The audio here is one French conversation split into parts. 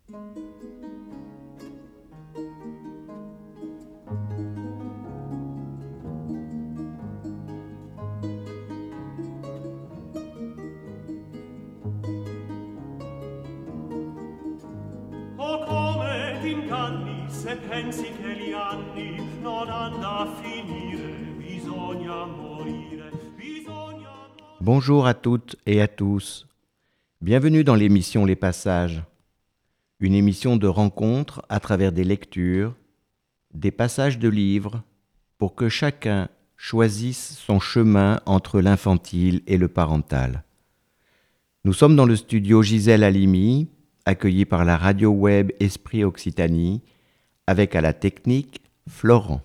Se pensi che gli anni non hanno a finire, bisogna morire. Bonjour à toutes et à tous. Bienvenue dans l'émission Les Passages. Une émission de rencontre à travers des lectures, des passages de livres, pour que chacun choisisse son chemin entre l'infantile et le parental. Nous sommes dans le studio Gisèle Halimi, accueilli par la radio web Esprit Occitanie, avec à la technique Florent.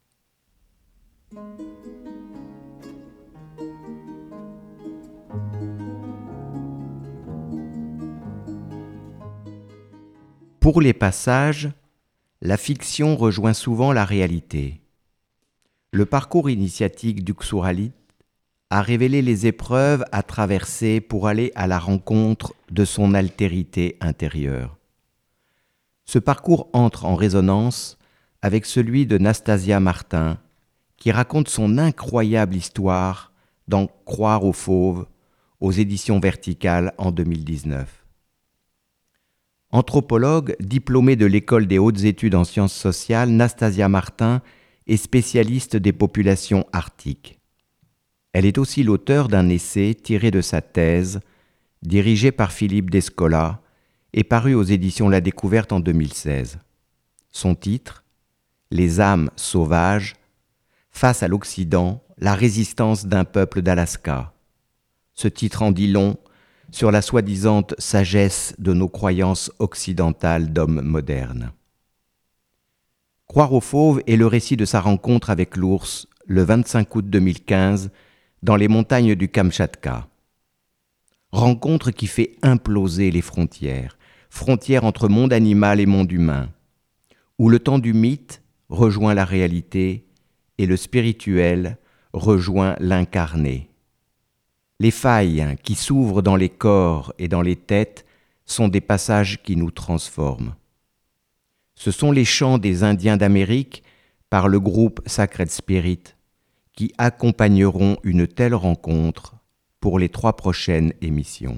Pour les passages, la fiction rejoint souvent la réalité. Le parcours initiatique du Ksouralite a révélé les épreuves à traverser pour aller à la rencontre de son altérité intérieure. Ce parcours entre en résonance avec celui de Nastasia Martin, qui raconte son incroyable histoire dans Croire aux fauves, aux éditions Verticales en 2019. Anthropologue, diplômée de l'École des hautes études en sciences sociales, Nastasia Martin est spécialiste des populations arctiques. Elle est aussi l'auteure d'un essai tiré de sa thèse, dirigé par Philippe Descola, et paru aux éditions La Découverte en 2016. Son titre, Les âmes sauvages, face à l'Occident, la résistance d'un peuple d'Alaska. Ce titre en dit long sur la soi-disant sagesse de nos croyances occidentales d'hommes modernes. Croire aux fauves est le récit de sa rencontre avec l'ours le 25 août 2015 dans les montagnes du Kamtchatka. Rencontre qui fait imploser les frontières entre monde animal et monde humain, où le temps du mythe rejoint la réalité et le spirituel rejoint l'incarné. Les failles qui s'ouvrent dans les corps et dans les têtes sont des passages qui nous transforment. Ce sont les chants des Indiens d'Amérique par le groupe Sacred Spirit qui accompagneront une telle rencontre pour les 3 prochaines émissions.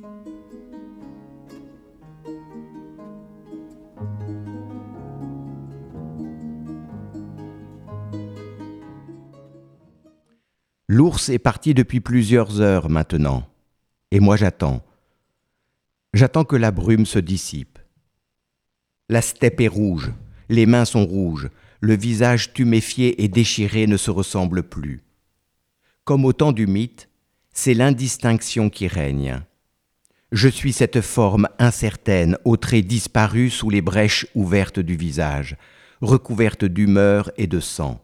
L'ours est parti depuis plusieurs heures maintenant, et moi j'attends. J'attends que la brume se dissipe. La steppe est rouge, les mains sont rouges, le visage tuméfié et déchiré ne se ressemble plus. Comme au temps du mythe, c'est l'indistinction qui règne. Je suis cette forme incertaine, aux traits disparus sous les brèches ouvertes du visage, recouverte d'humeur et de sang.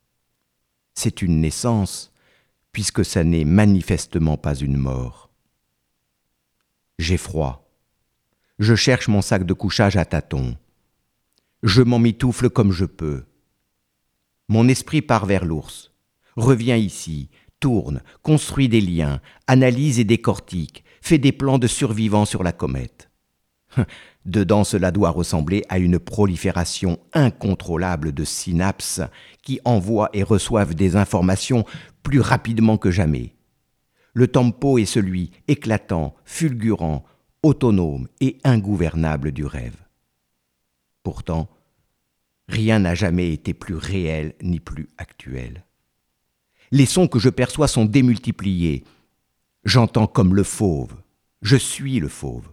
C'est une naissance, puisque ça n'est manifestement pas une mort. J'ai froid. Je cherche mon sac de couchage à tâtons. Je m'en mitoufle comme je peux. Mon esprit part vers l'ours, revient ici, tourne, construit des liens, analyse et décortique, fait des plans de survivants sur la comète. Dedans, cela doit ressembler à une prolifération incontrôlable de synapses qui envoient et reçoivent des informations plus rapidement que jamais. Le tempo est celui éclatant, fulgurant, autonome et ingouvernable du rêve. Pourtant, rien n'a jamais été plus réel ni plus actuel. Les sons que je perçois sont démultipliés. J'entends comme le fauve. Je suis le fauve.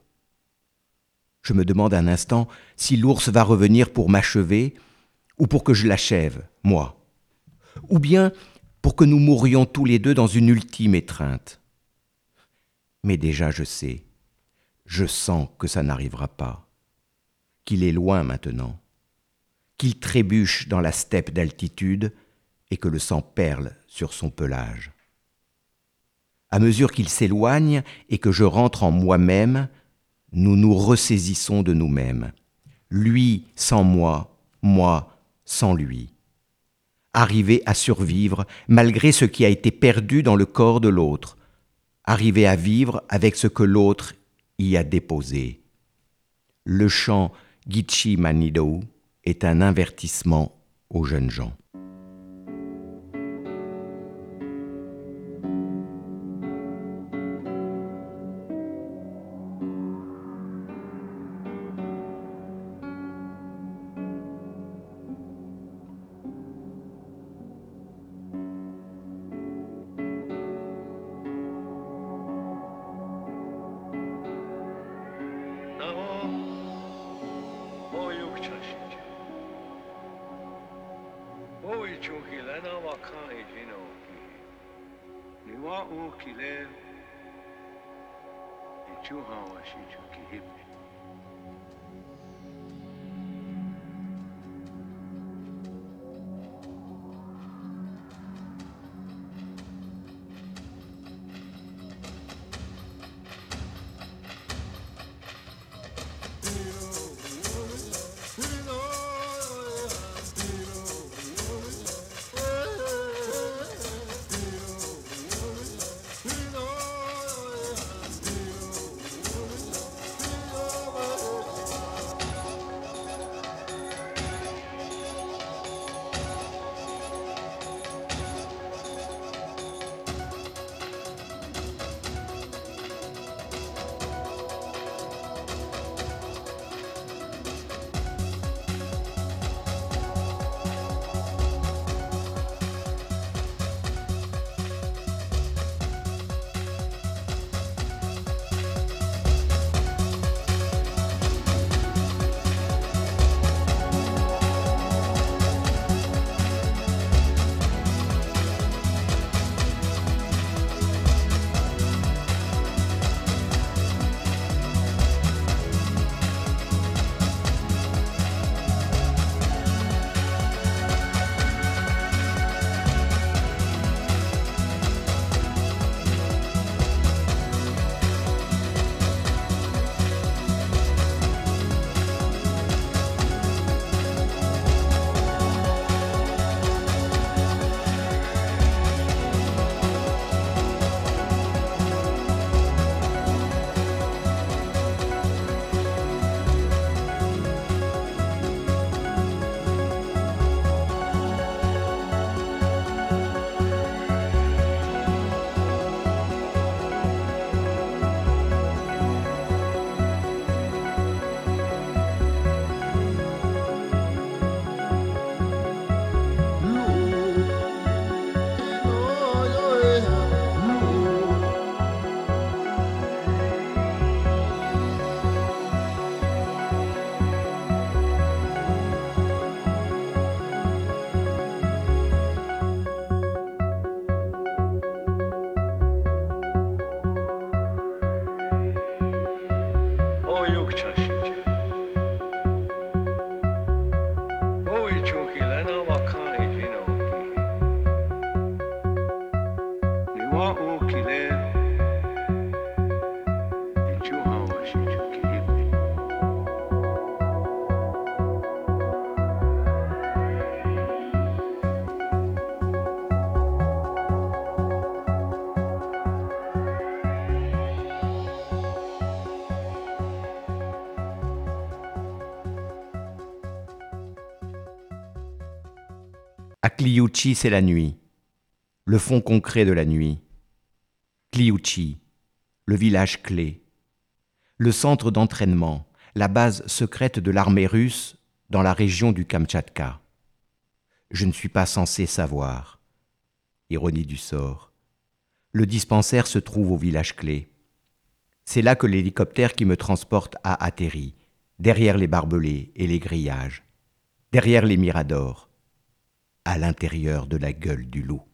Je me demande un instant si l'ours va revenir pour m'achever ou pour que je l'achève, moi. Ou bien pour que nous mourions tous les deux dans une ultime étreinte. Mais déjà je sais, je sens que ça n'arrivera pas, qu'il est loin maintenant, qu'il trébuche dans la steppe d'altitude et que le sang perle sur son pelage. À mesure qu'il s'éloigne et que je rentre en moi-même, nous nous ressaisissons de nous-mêmes. Lui sans moi, moi sans lui. Arriver à survivre malgré ce qui a été perdu dans le corps de l'autre. Arriver à vivre avec ce que l'autre y a déposé. le chant Gitchi Manido est un avertissement aux jeunes gens. Cliuchi, c'est la nuit, le fond concret de la nuit. Cliuchi, le village clé, le centre d'entraînement, la base secrète de l'armée russe dans la région du Kamtchatka. Je ne suis pas censé savoir. Ironie du sort. Le dispensaire se trouve au village clé. C'est là que l'hélicoptère qui me transporte a atterri, derrière les barbelés et les grillages, derrière les miradors, à l'intérieur de la gueule du loup.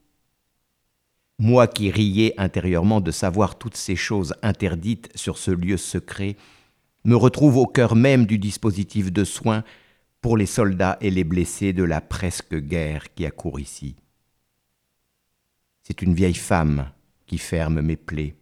Moi qui riais intérieurement de savoir toutes ces choses interdites sur ce lieu secret, me retrouve au cœur même du dispositif de soins pour les soldats et les blessés de la presque guerre qui accourt ici. C'est une vieille femme qui ferme mes plaies.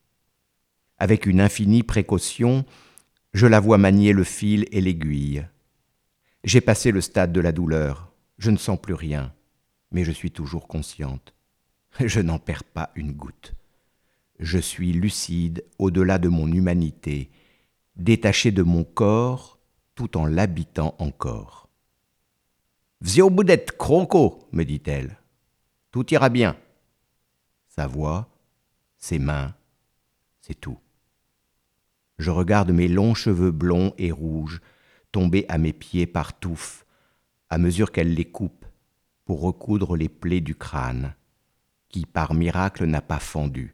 Avec une infinie précaution, je la vois manier le fil et l'aiguille. J'ai passé le stade de la douleur. Je ne sens plus rien, mais je suis toujours consciente. Je n'en perds pas une goutte. Je suis lucide au-delà de mon humanité, détaché de mon corps tout en l'habitant encore. « Vzio boudet, croco » me dit-elle. « Tout ira bien. » Sa voix, ses mains, c'est tout. Je regarde mes longs cheveux blonds et rouges tomber à mes pieds par touffes, à mesure qu'elle les coupe pour recoudre les plaies du crâne, qui par miracle n'a pas fendu.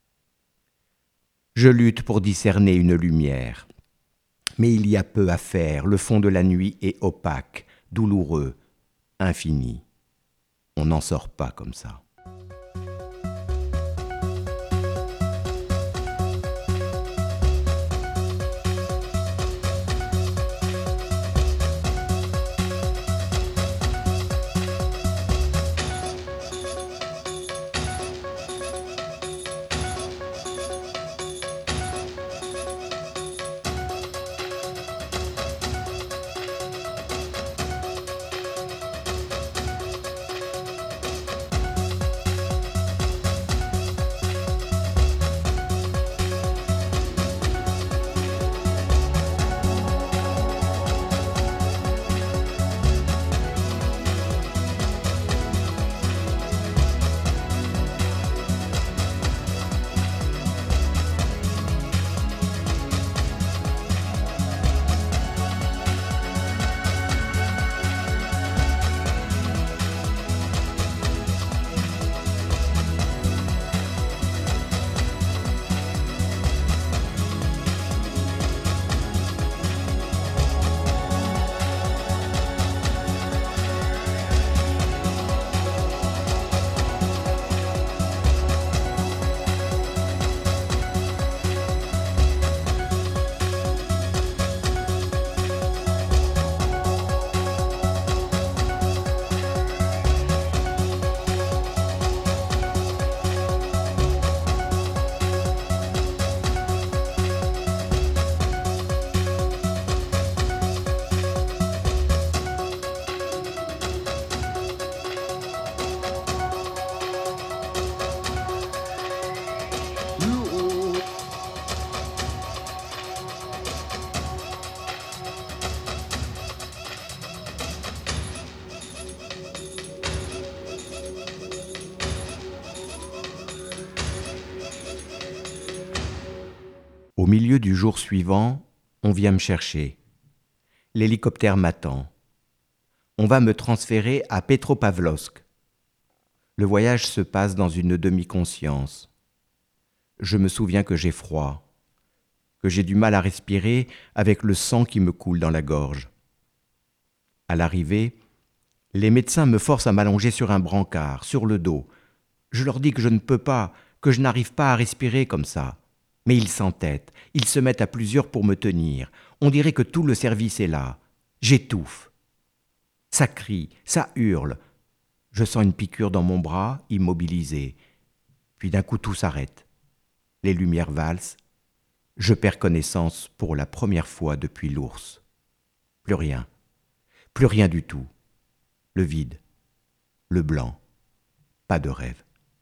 Je lutte pour discerner une lumière, mais il y a peu à faire, le fond de la nuit est opaque, douloureux, infini. On n'en sort pas comme ça. Au milieu du jour suivant, on vient me chercher. L'hélicoptère m'attend. On va me transférer à Petropavlovsk. Le voyage se passe dans une demi-conscience. Je me souviens que j'ai froid, que j'ai du mal à respirer avec le sang qui me coule dans la gorge. À l'arrivée, les médecins me forcent à m'allonger sur un brancard, sur le dos. Je leur dis que je ne peux pas, que je n'arrive pas à respirer comme ça. Mais ils s'entêtent, ils se mettent à plusieurs pour me tenir. On dirait que tout le service est là. J'étouffe. Ça crie, ça hurle. Je sens une piqûre dans mon bras, immobilisé. Puis d'un coup tout s'arrête. Les lumières valsent. Je perds connaissance pour la première fois depuis l'ours. Plus rien du tout. Le vide, le blanc, pas de rêve.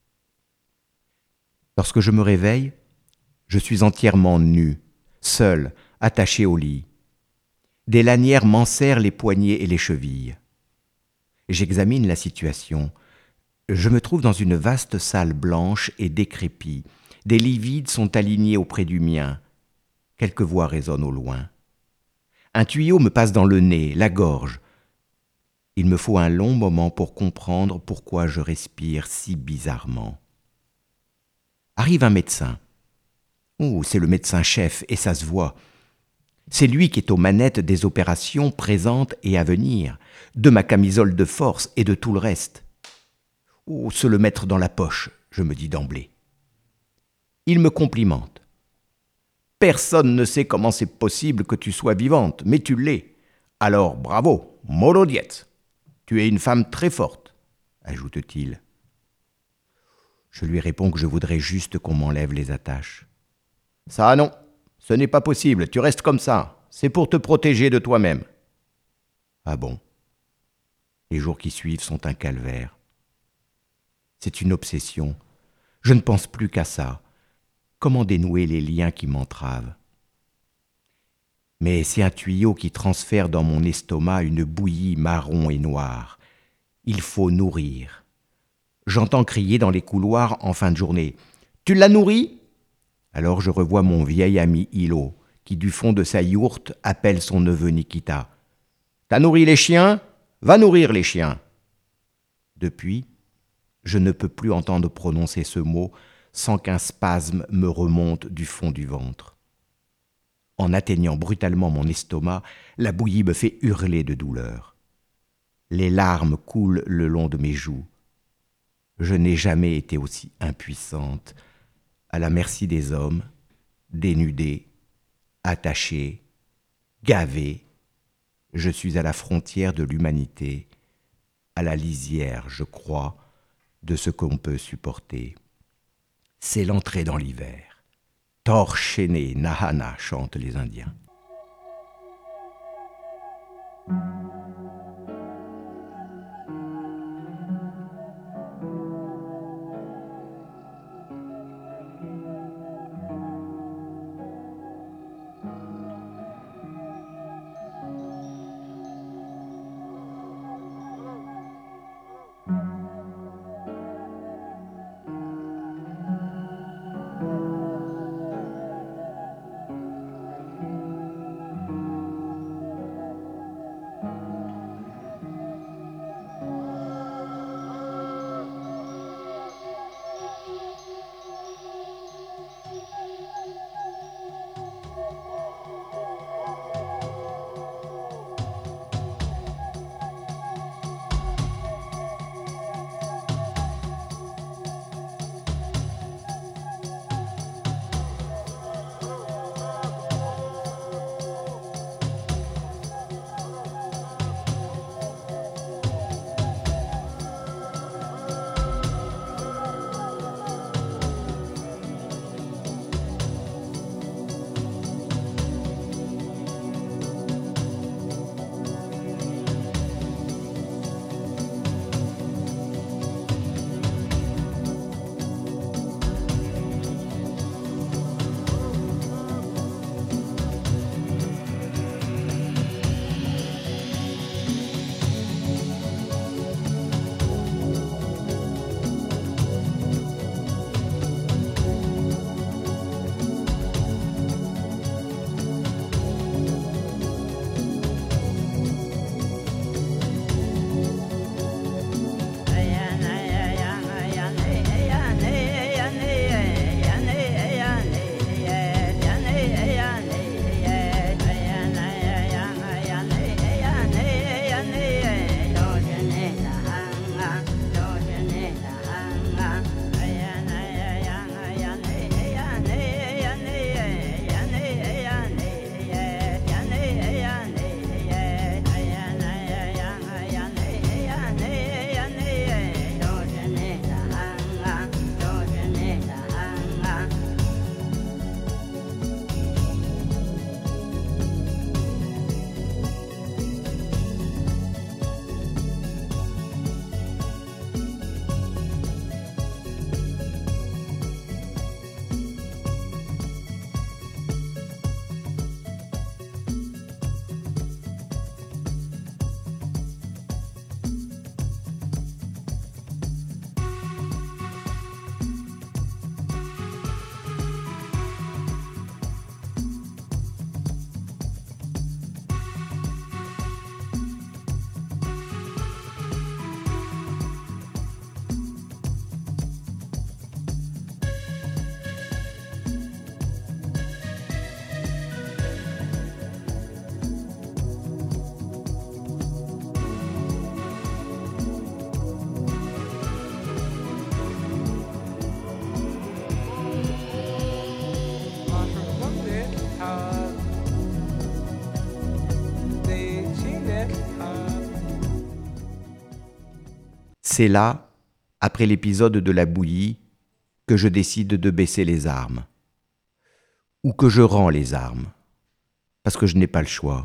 Lorsque je me réveille, je suis entièrement nu, seul, attaché au lit. Des lanières m'enserrent les poignets et les chevilles. J'examine la situation. Je me trouve dans une vaste salle blanche et décrépie. Des lits vides sont alignés auprès du mien. Quelques voix résonnent au loin. Un tuyau me passe dans le nez, la gorge. Il me faut un long moment pour comprendre pourquoi je respire si bizarrement. Arrive un médecin. Oh, c'est le médecin-chef, et ça se voit. C'est lui qui est aux manettes des opérations présentes et à venir, de ma camisole de force et de tout le reste. Oh, se le mettre dans la poche, je me dis d'emblée. Il me complimente. Personne ne sait comment c'est possible que tu sois vivante, mais tu l'es. Alors, bravo, molodiet. Tu es une femme très forte, ajoute-t-il. Je lui réponds que je voudrais juste qu'on m'enlève les attaches. Ça non, ce n'est pas possible, tu restes comme ça, c'est pour te protéger de toi-même. Ah bon? Les jours qui suivent sont un calvaire. C'est une obsession, je ne pense plus qu'à ça. Comment dénouer les liens qui m'entravent? Mais c'est un tuyau qui transfère dans mon estomac une bouillie marron et noire. Il faut nourrir. J'entends crier dans les couloirs en fin de journée. « Tu l'as nourri ?» Alors je revois mon vieil ami Hilo, qui du fond de sa yourte appelle son neveu Nikita. « T'as nourri les chiens ? Va nourrir les chiens !» Depuis, je ne peux plus entendre prononcer ce mot sans qu'un spasme me remonte du fond du ventre. En atteignant brutalement mon estomac, la bouillie me fait hurler de douleur. Les larmes coulent le long de mes joues. Je n'ai jamais été aussi impuissante, à la merci des hommes, dénudée, attachée, gavée. Je suis à la frontière de l'humanité, à la lisière, je crois, de ce qu'on peut supporter. C'est l'entrée dans l'hiver. Torchene Nahana chantent les Indiens. C'est là, après l'épisode de la bouillie, que je décide de baisser les armes. Ou que je rends les armes, parce que je n'ai pas le choix.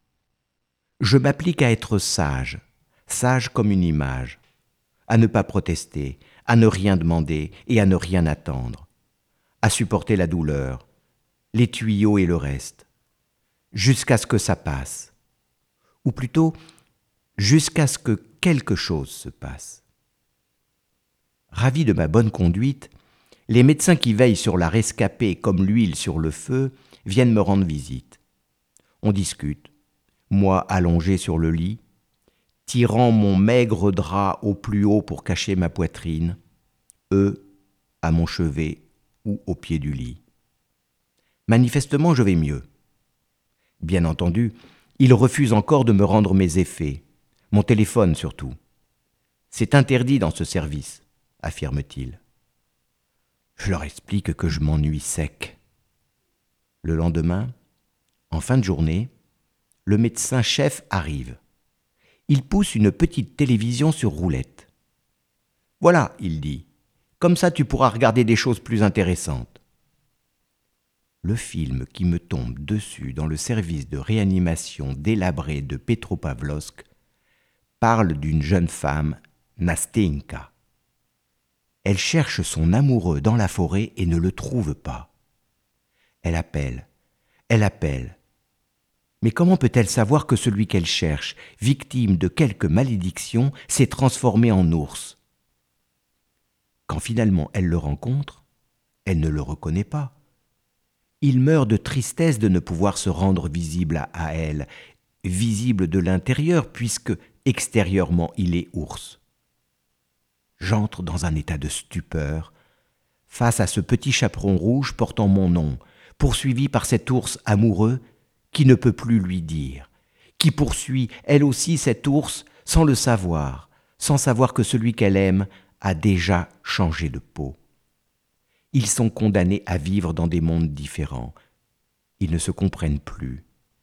Je m'applique à être sage, sage comme une image, à ne pas protester, à ne rien demander et à ne rien attendre, à supporter la douleur, les tuyaux et le reste. jusqu'à ce que ça passe. Ou plutôt, jusqu'à ce que quelque chose se passe. Ravis de ma bonne conduite, les médecins qui veillent sur la rescapée comme l'huile sur le feu viennent me rendre visite. On discute, moi allongé sur le lit, tirant mon maigre drap au plus haut pour cacher ma poitrine, eux à mon chevet ou au pied du lit. Manifestement, je vais mieux. Bien entendu, ils refusent encore de me rendre mes effets, mon téléphone surtout. C'est interdit dans ce service, affirme-t-il. Je leur explique que je m'ennuie sec. Le lendemain, en fin de journée, le médecin-chef arrive. Il pousse une petite télévision sur roulette. « Voilà, il dit, comme ça tu pourras regarder des choses plus intéressantes. » Le film qui me tombe dessus dans le service de réanimation délabré de Petropavlovsk parle d'une jeune femme, Nastenka. Elle cherche son amoureux dans la forêt et ne le trouve pas. Elle appelle. Mais comment peut-elle savoir que celui qu'elle cherche, victime de quelque malédiction, s'est transformé en ours? Quand finalement elle le rencontre, elle ne le reconnaît pas. Il meurt de tristesse de ne pouvoir se rendre visible à elle, visible de l'intérieur puisque extérieurement il est ours. J'entre dans un état de stupeur face à ce petit chaperon rouge portant mon nom, poursuivi par cet ours amoureux qui ne peut plus lui dire, qui poursuit elle aussi cet ours sans le savoir, sans savoir que celui qu'elle aime a déjà changé de peau. Ils sont condamnés à vivre dans des mondes différents. Ils ne se comprennent plus.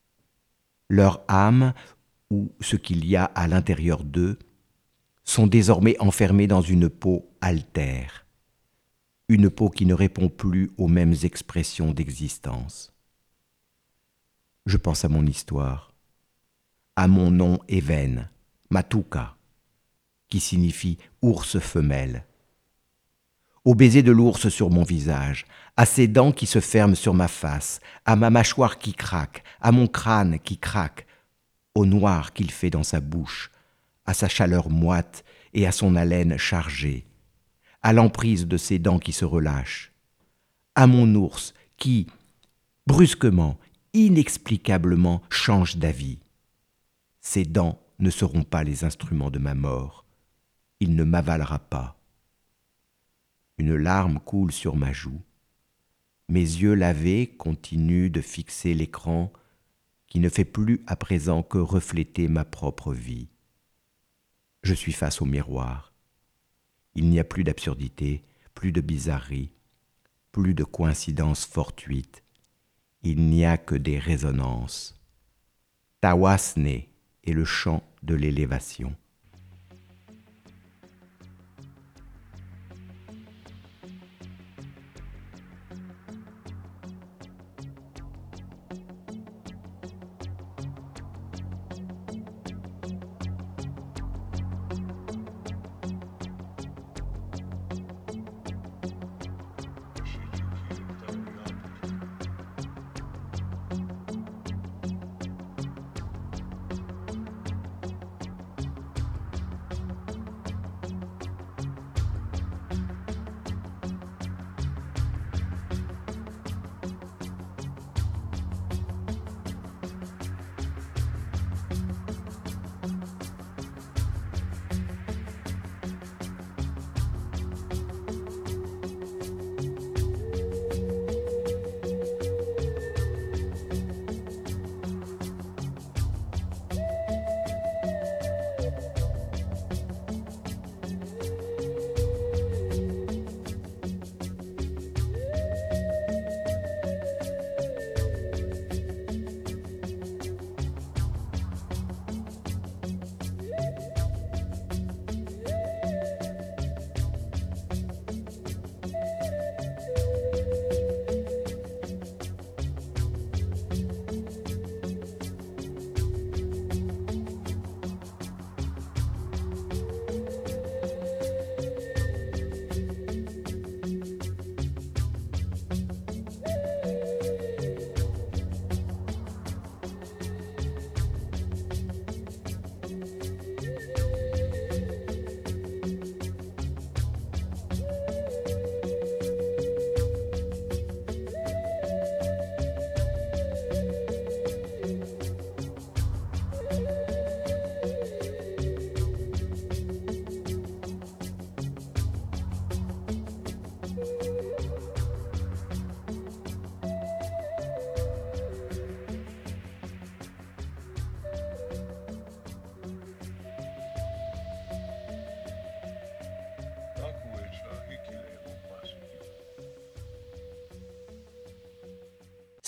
Leur âme, ou ce qu'il y a à l'intérieur d'eux, sont désormais enfermés dans une peau altère, une peau qui ne répond plus aux mêmes expressions d'existence. Je pense à mon histoire, à mon nom évène, Matuka, qui signifie ours femelle, au baiser de l'ours sur mon visage, à ses dents qui se ferment sur ma face, à ma mâchoire qui craque, à mon crâne qui craque, au noir qu'il fait dans sa bouche, à sa chaleur moite et à son haleine chargée, à l'emprise de ses dents qui se relâchent, à mon ours qui, brusquement, inexplicablement, change d'avis. Ses dents ne seront pas les instruments de ma mort. Il ne m'avalera pas. Une larme coule sur ma joue. Mes yeux lavés continuent de fixer l'écran qui ne fait plus à présent que refléter ma propre vie. Je suis face au miroir. Il n'y a plus d'absurdité, plus de bizarrerie, plus de coïncidences fortuites. Il n'y a que des résonances. Tawasne est le chant de l'élévation.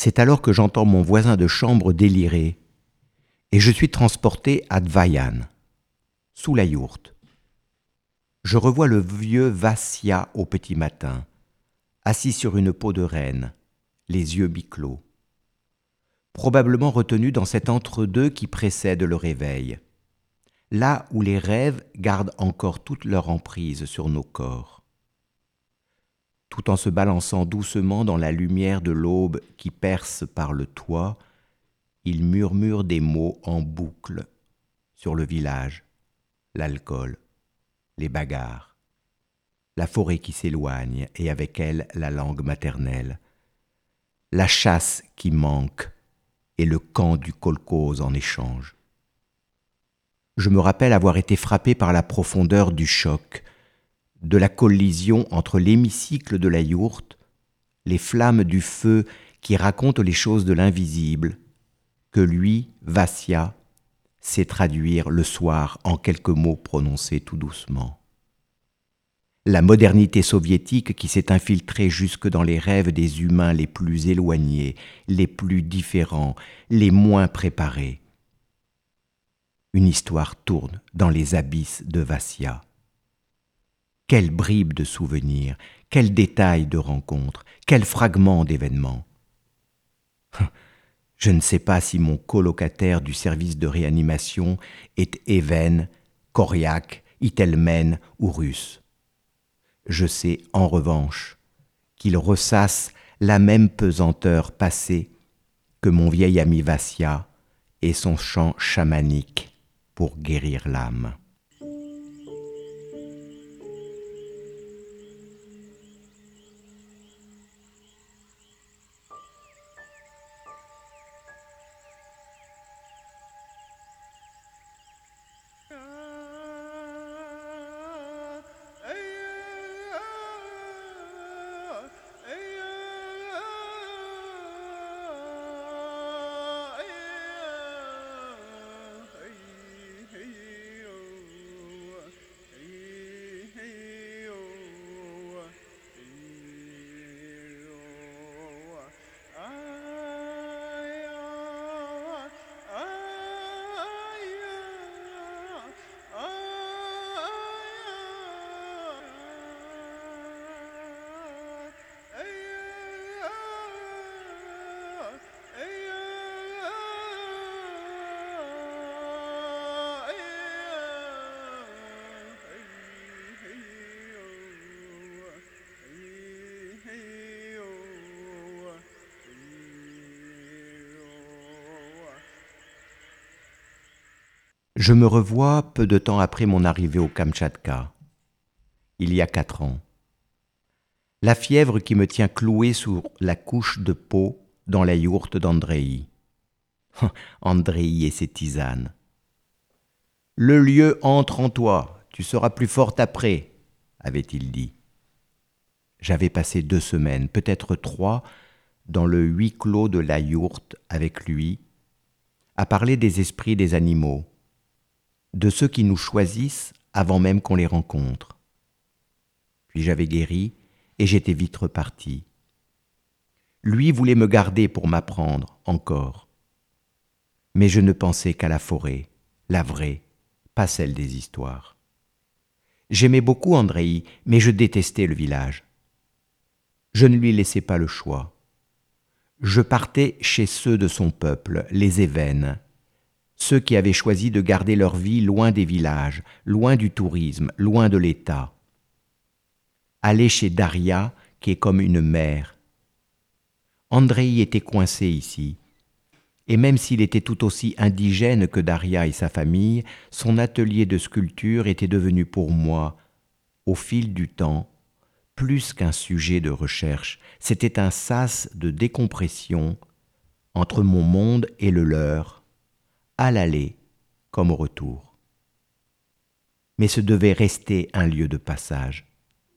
C'est alors que j'entends mon voisin de chambre délirer et je suis transporté à Dvayan, sous la yourte. Je revois le vieux Vassia au petit matin, assis sur une peau de renne, les yeux mi-clos, probablement retenu dans cet entre-deux qui précède le réveil, là où les rêves gardent encore toute leur emprise sur nos corps. Tout en se balançant doucement dans la lumière de l'aube qui perce par le toit, il murmure des mots en boucle sur le village, l'alcool, les bagarres, la forêt qui s'éloigne et avec elle la langue maternelle, la chasse qui manque et le camp du kolkhoz en échange. Je me rappelle avoir été frappé par la profondeur du choc, de la collision entre l'hémicycle de la yourte, les flammes du feu qui racontent les choses de l'invisible, que lui, Vassia, sait traduire le soir en quelques mots prononcés tout doucement. La modernité soviétique qui s'est infiltrée jusque dans les rêves des humains les plus éloignés, les plus différents, les moins préparés. Une histoire tourne dans les abysses de Vassia. Quels bribes de souvenirs, quels détails de rencontres, quels fragments d'événements. Je ne sais pas si mon colocataire du service de réanimation est évène, koryak, itelmène ou russe. Je sais en revanche qu'il ressasse la même pesanteur passée que mon vieil ami Vassia et son chant chamanique pour guérir l'âme. Je me revois peu de temps après mon arrivée au Kamtchatka, il y a 4 ans. La fièvre qui me tient cloué sous la couche de peau dans la yourte d'Andreï. Andreï et ses tisanes. Le lieu entre en toi, tu seras plus forte après, avait-il dit. J'avais passé 2 semaines, peut-être 3, dans le huis clos de la yourte avec lui, à parler des esprits des animaux, de ceux qui nous choisissent avant même qu'on les rencontre. Puis j'avais guéri et j'étais vite reparti. Lui voulait me garder pour m'apprendre encore. Mais je ne pensais qu'à la forêt, la vraie, pas celle des histoires. J'aimais beaucoup Andreï, mais je détestais le village. Je ne lui laissais pas le choix. Je partais chez ceux de son peuple, les Évènes, ceux qui avaient choisi de garder leur vie loin des villages, loin du tourisme, loin de l'État. Aller chez Daria, qui est comme une mère. Andreï était coincé ici, et même s'il était tout aussi indigène que Daria et sa famille, son atelier de sculpture était devenu pour moi, au fil du temps, plus qu'un sujet de recherche, c'était un sas de décompression entre mon monde et le leur, à l'aller comme au retour. Mais ce devait rester un lieu de passage.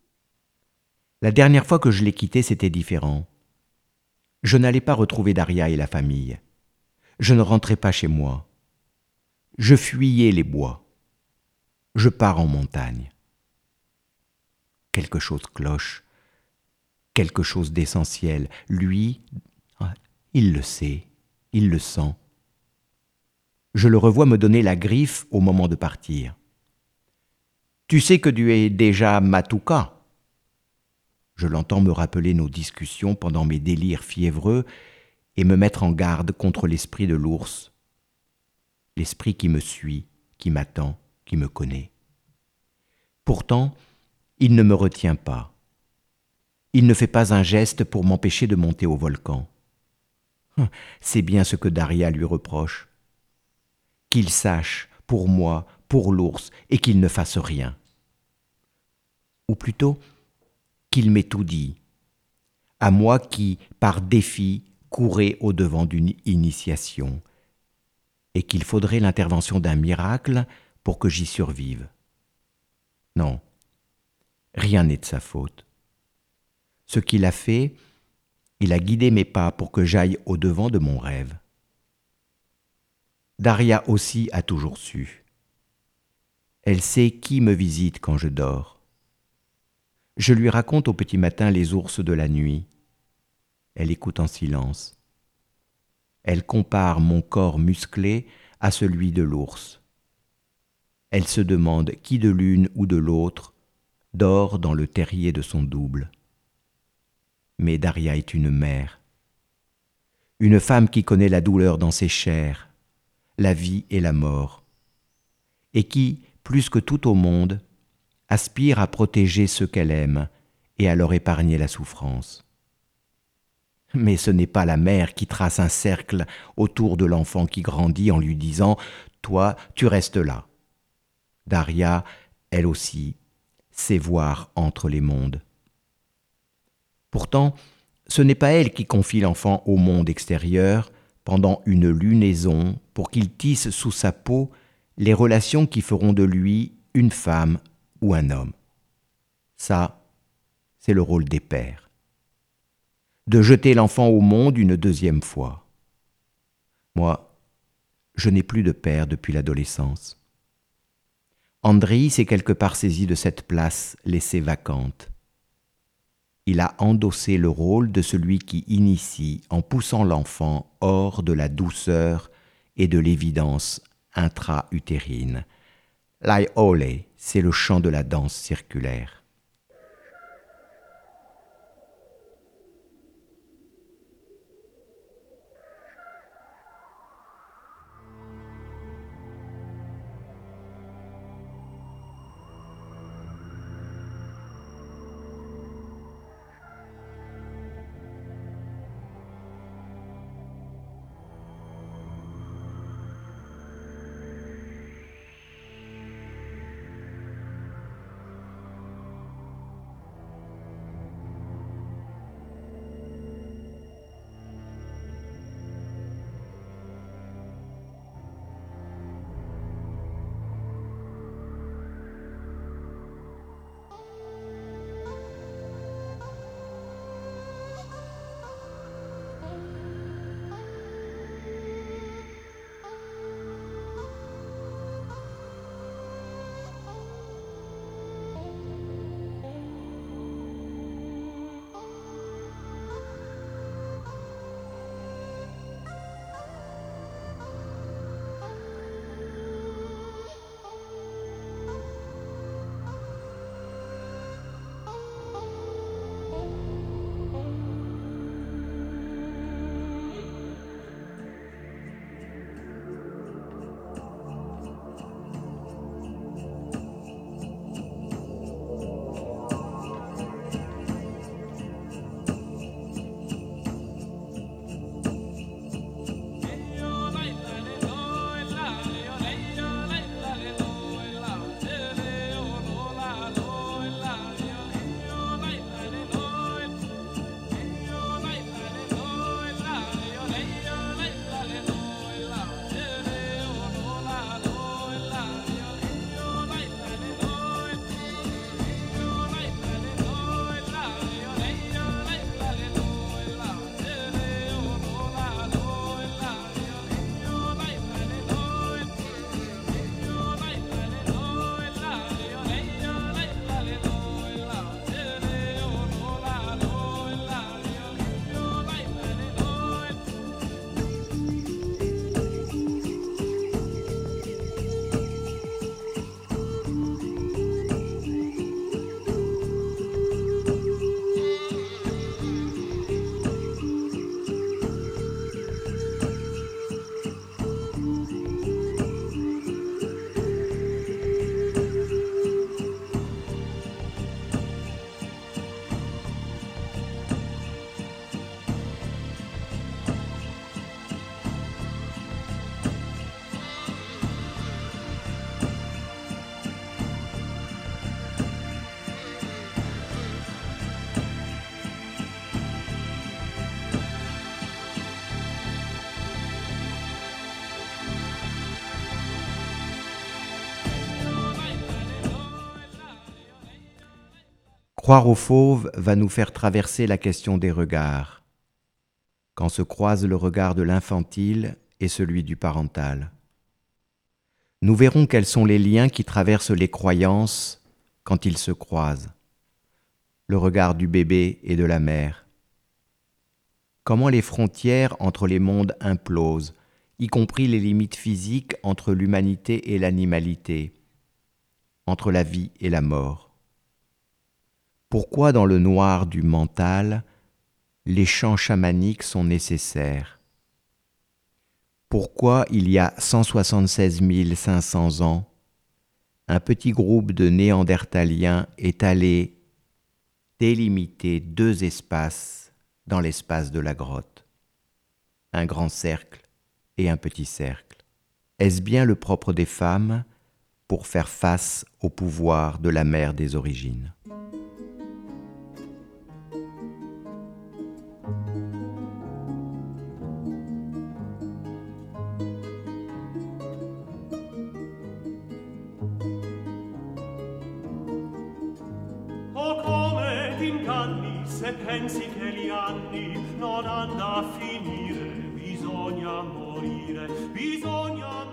La dernière fois que je l'ai quitté, c'était différent. Je n'allais pas retrouver Daria et la famille. Je ne rentrais pas chez moi. Je fuyais les bois. Je pars en montagne. Quelque chose cloche, quelque chose d'essentiel. Lui, Il le sait, il le sent. Je le revois me donner la griffe au moment de partir. Tu sais que tu es déjà Matuka. Je l'entends me rappeler nos discussions pendant mes délires fiévreux et me mettre en garde contre l'esprit de l'ours, l'esprit qui me suit, qui m'attend, qui me connaît. Pourtant, il ne me retient pas. Il ne fait pas un geste pour m'empêcher de monter au volcan. C'est bien ce que Daria lui reproche. Qu'il sache, pour moi, pour l'ours, et qu'il ne fasse rien. Ou plutôt, qu'il m'ait tout dit, à moi qui, par défi, courais au-devant d'une initiation, et qu'il faudrait l'intervention d'un miracle pour que j'y survive. Non, rien n'est de sa faute. Ce qu'il a fait, il a guidé mes pas pour que j'aille au-devant de mon rêve. Daria aussi a toujours su. Elle sait qui me visite quand je dors. Je lui raconte au petit matin les ours de la nuit. Elle écoute en silence. Elle compare mon corps musclé à celui de l'ours. Elle se demande qui de l'une ou de l'autre dort dans le terrier de son double. Mais Daria est une mère, une femme qui connaît la douleur dans ses chairs, la vie et la mort, et qui, plus que tout au monde, aspire à protéger ceux qu'elle aime et à leur épargner la souffrance. Mais ce n'est pas la mère qui trace un cercle autour de l'enfant qui grandit en lui disant « Toi, tu restes là ». Daria, elle aussi, sait voir entre les mondes. Pourtant, ce n'est pas elle qui confie l'enfant au monde extérieur pendant une lunaison pour qu'il tisse sous sa peau les relations qui feront de lui une femme ou un homme. Ça, c'est le rôle des pères. De jeter l'enfant au monde une deuxième fois. Moi, je n'ai plus de père depuis l'adolescence. Andrei s'est quelque part saisi de cette place laissée vacante. Il a endossé le rôle de celui qui initie en poussant l'enfant hors de la douceur et de l'évidence intra-utérine. L'Aiole, c'est le chant de la danse circulaire. Croire aux fauves va nous faire traverser la question des regards, quand se croise le regard de l'infantile et celui du parental. Nous verrons quels sont les liens qui traversent les croyances quand ils se croisent. Le regard du bébé et de la mère. Comment les frontières entre les mondes implosent, y compris les limites physiques entre l'humanité et l'animalité, entre la vie et la mort. Pourquoi dans le noir du mental, les chants chamaniques sont nécessaires? Pourquoi il y a 176 500 ans, un petit groupe de Néandertaliens est allé délimiter 2 espaces dans l'espace de la grotte, un grand cercle et un petit cercle? Est-ce bien le propre des femmes pour faire face au pouvoir de la mère des origines? O come t'inganni se pensi che gli anni non han da finire, bisogna morire, bisogna